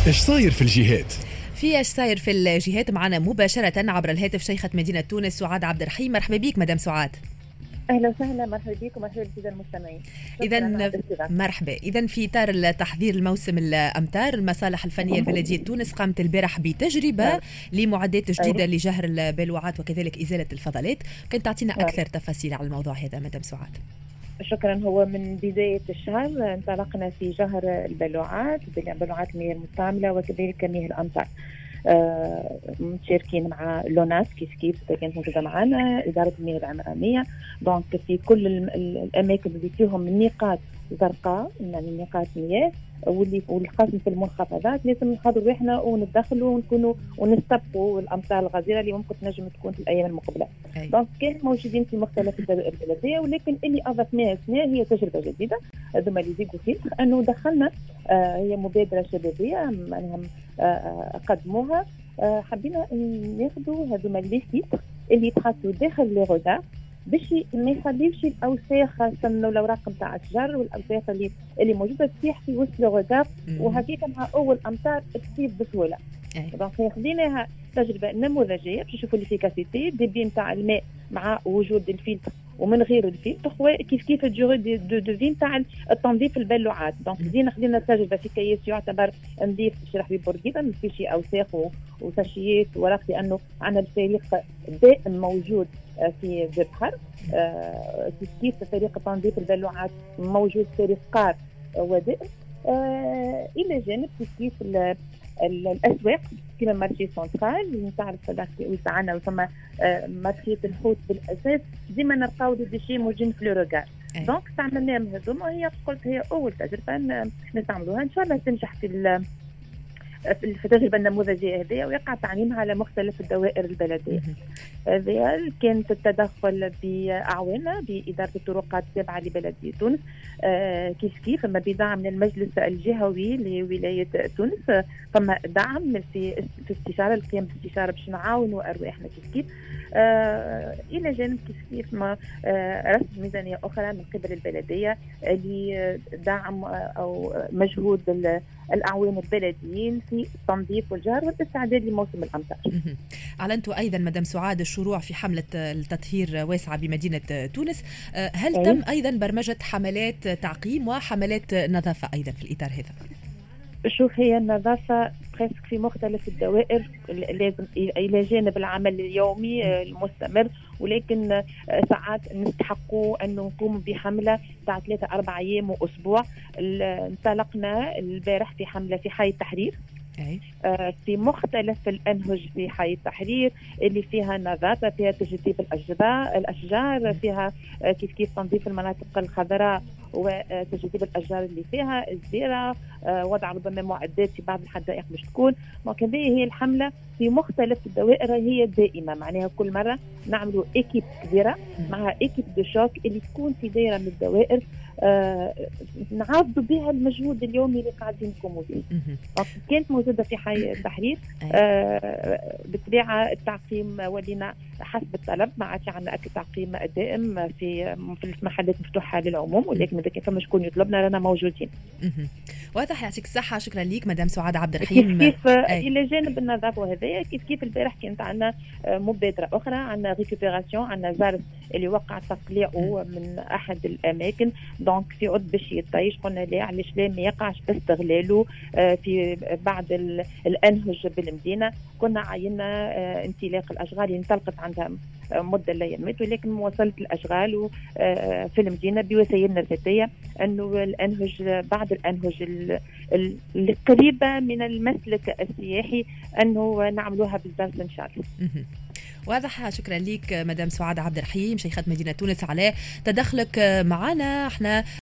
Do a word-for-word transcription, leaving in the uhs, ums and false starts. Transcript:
ايش صاير في الجهات؟ في ايش صاير في الجهات معنا مباشرة عبر الهاتف شيخة مدينة تونس سعاد عبد الرحيم. مرحبا بك مدام سعاد. اهلا وسهلا، مرحبا بكم ومرحبا بالساده المستمعين. اذا مرحبا. اذا في اطار التحضير الموسم الامطار، المصالح الفنيه البلديه تونس قامت البارح بتجربه نعم. لمعدات جديده أيوه. لجهر البلوعات وكذلك ازاله الفضلات. كنت تعطينا نعم. اكثر تفاصيل على الموضوع هذا مدام سعاد؟ شكرا. هو من بدايه الشهر انطلقنا في جهر البلوعات بلوعات المياه المستعمله وكذلك مياه الامطار. آه متشاركين مع لوناس كيف كيف كانت موجوده معنا اداره المياه العمرانيه. دونك في كل الاماكن اللي فيهم نقاط زرقاء، يعني نقاط مياه واللي والخاصه في المنخفضات، لازم نحضروا احنا ونتدخلوا ونكونوا ونستبقوا الامطار الغزيره اللي ممكن تنجم تكون في الايام المقبله. دونك كانوا موجودين في مختلف الدوائر البلديه، ولكن اللي اضفناه اثناء هي تجربه جديده. هذوما اللي زيدوا فيه انه دخلنا آه هي مبادره شبابيه معناها آه قدموها. آه حبينا ناخذوا هذوما اللي اللي يتحطوا داخل لي غودار باش ما يخليوش الاوساخ، خاصه الاوراق نتاع الشجر والاوساخ اللي اللي موجوده تسيح في وسط الغدار، وهكذا مع اول امطار تصيب بسهوله. دونك خديناها تجربه نموذجيه باش نشوفوا الافيكاسيتي ديبي نتاع الماء مع وجود الفلتر ومن غير الفلتر، كيف كيف الديوري دو دو في نتاع التنظيف البلوعات. دونك زينا خدينا التجربه في كيس يعتبر نظيف شرح ببورقيده، ما فيش اوساخ وساشيات ورق، لانه عندنا الفريق دائم موجود في البحر. آه كيف فريق تنظيف البلوعات موجود فريق قار ودائم. آه الى جانب كيف الاسواق كما مارشي سنترال نتعرف وسعنا وثم آه مارشي الحوت بالاساس ديما نلقاو دي ديشي موجودين في لوروغار. دونك استعملناهم هذوما، وهي قلت هي اول تجربه نستعملوها ان شاء الله تنجح في في التجربه النموذجيه هذه ويقع تعميمها على مختلف الدوائر البلديه. هذه كانت التدخل باعواننا باداره الطرقات التابعه لبلديه تونس. آه كيف كيف اما بدعم من المجلس الجهوي لولايه تونس، ثم دعم في في استشاره القيام باستشاره باش نعاونوا ارواحنا كيف كيف. آه الى جانب كيف كيف ما آه رسم ميزانيه اخرى من قبل البلديه لدعم او مجهود الاعوان البلديين في التنظيف والجهر والاستعداد لموسم الامطار. اعلنتوا ايضا مدام سعاد الشروع في حمله التطهير واسعه بمدينه تونس. هل أيه؟ تم ايضا برمجه حملات تعقيم وحملات نظافه ايضا في الاطار هذا؟ شوف، هي النظافه بريسك في مختلف الدوائر لازم الى جانب العمل اليومي المستمر، ولكن ساعات نستحقوا ان نقوم بحمله تاع ثلاثه اربع ايام واسبوع. انطلقنا البارح في حمله في حي التحرير أي. آه في مختلف الأنهج في حي التحرير اللي فيها نظافة، فيها تجديد الأشجار الأشجار فيها آه كيف كيف تنظيف المناطق الخضراء وتجديد الأشجار اللي فيها الزيرة، آه وضع ربما معدات في بعض الحدائق مش تكون. وكذا هي الحملة في مختلف الدوائر هي دائمة، معناها كل مرة نعملوا إيكيب كبيرة مع إيكيب دو شوك اللي تكون في دائرة من الدوائر آه نعرضوا بها المجهود اليومي اللي قاعدين نقوموا به. كانت موجودة في حي التحرير. آه بالطبيعة التعقيم ولينا حسب الطلب، ما عادش عندنا أكل تعقيم دائم في في المحلات مفتوحة للعموم، ولكن إذا كان فما شكون يطلبنا رانا موجودين. واضح، يعطيك الصحة. شكرا ليك مدام سعاد عبد الرحيم. كيف كيف إلى جانب النظافة وهذايا كيف كيف البارح كانت عندنا مبادرة أخرى، عندنا ريكوبيراسيون، عندنا زرس اللي وقع تقليعه من أحد الأماكن. دونك في عد باش يطيش، قلنا لا علاش لا ما يقعش استغلاله في بعض الأنهج بالمدينة. كنا عينا انطلاق الأشغال اللي انطلقت عندها مدة الأيامات، ولكن مواصلة الأشغال في المدينة بوسائلنا الذاتية، أنه الأنهج بعض الأنهج القريبة من المسلك السياحي أنه نعملوها بالزرس إن شاء الله. واضح. شكرا لك مدام سعاد عبد الرحيم شيخة مدينة تونس على تدخلك معنا. احنا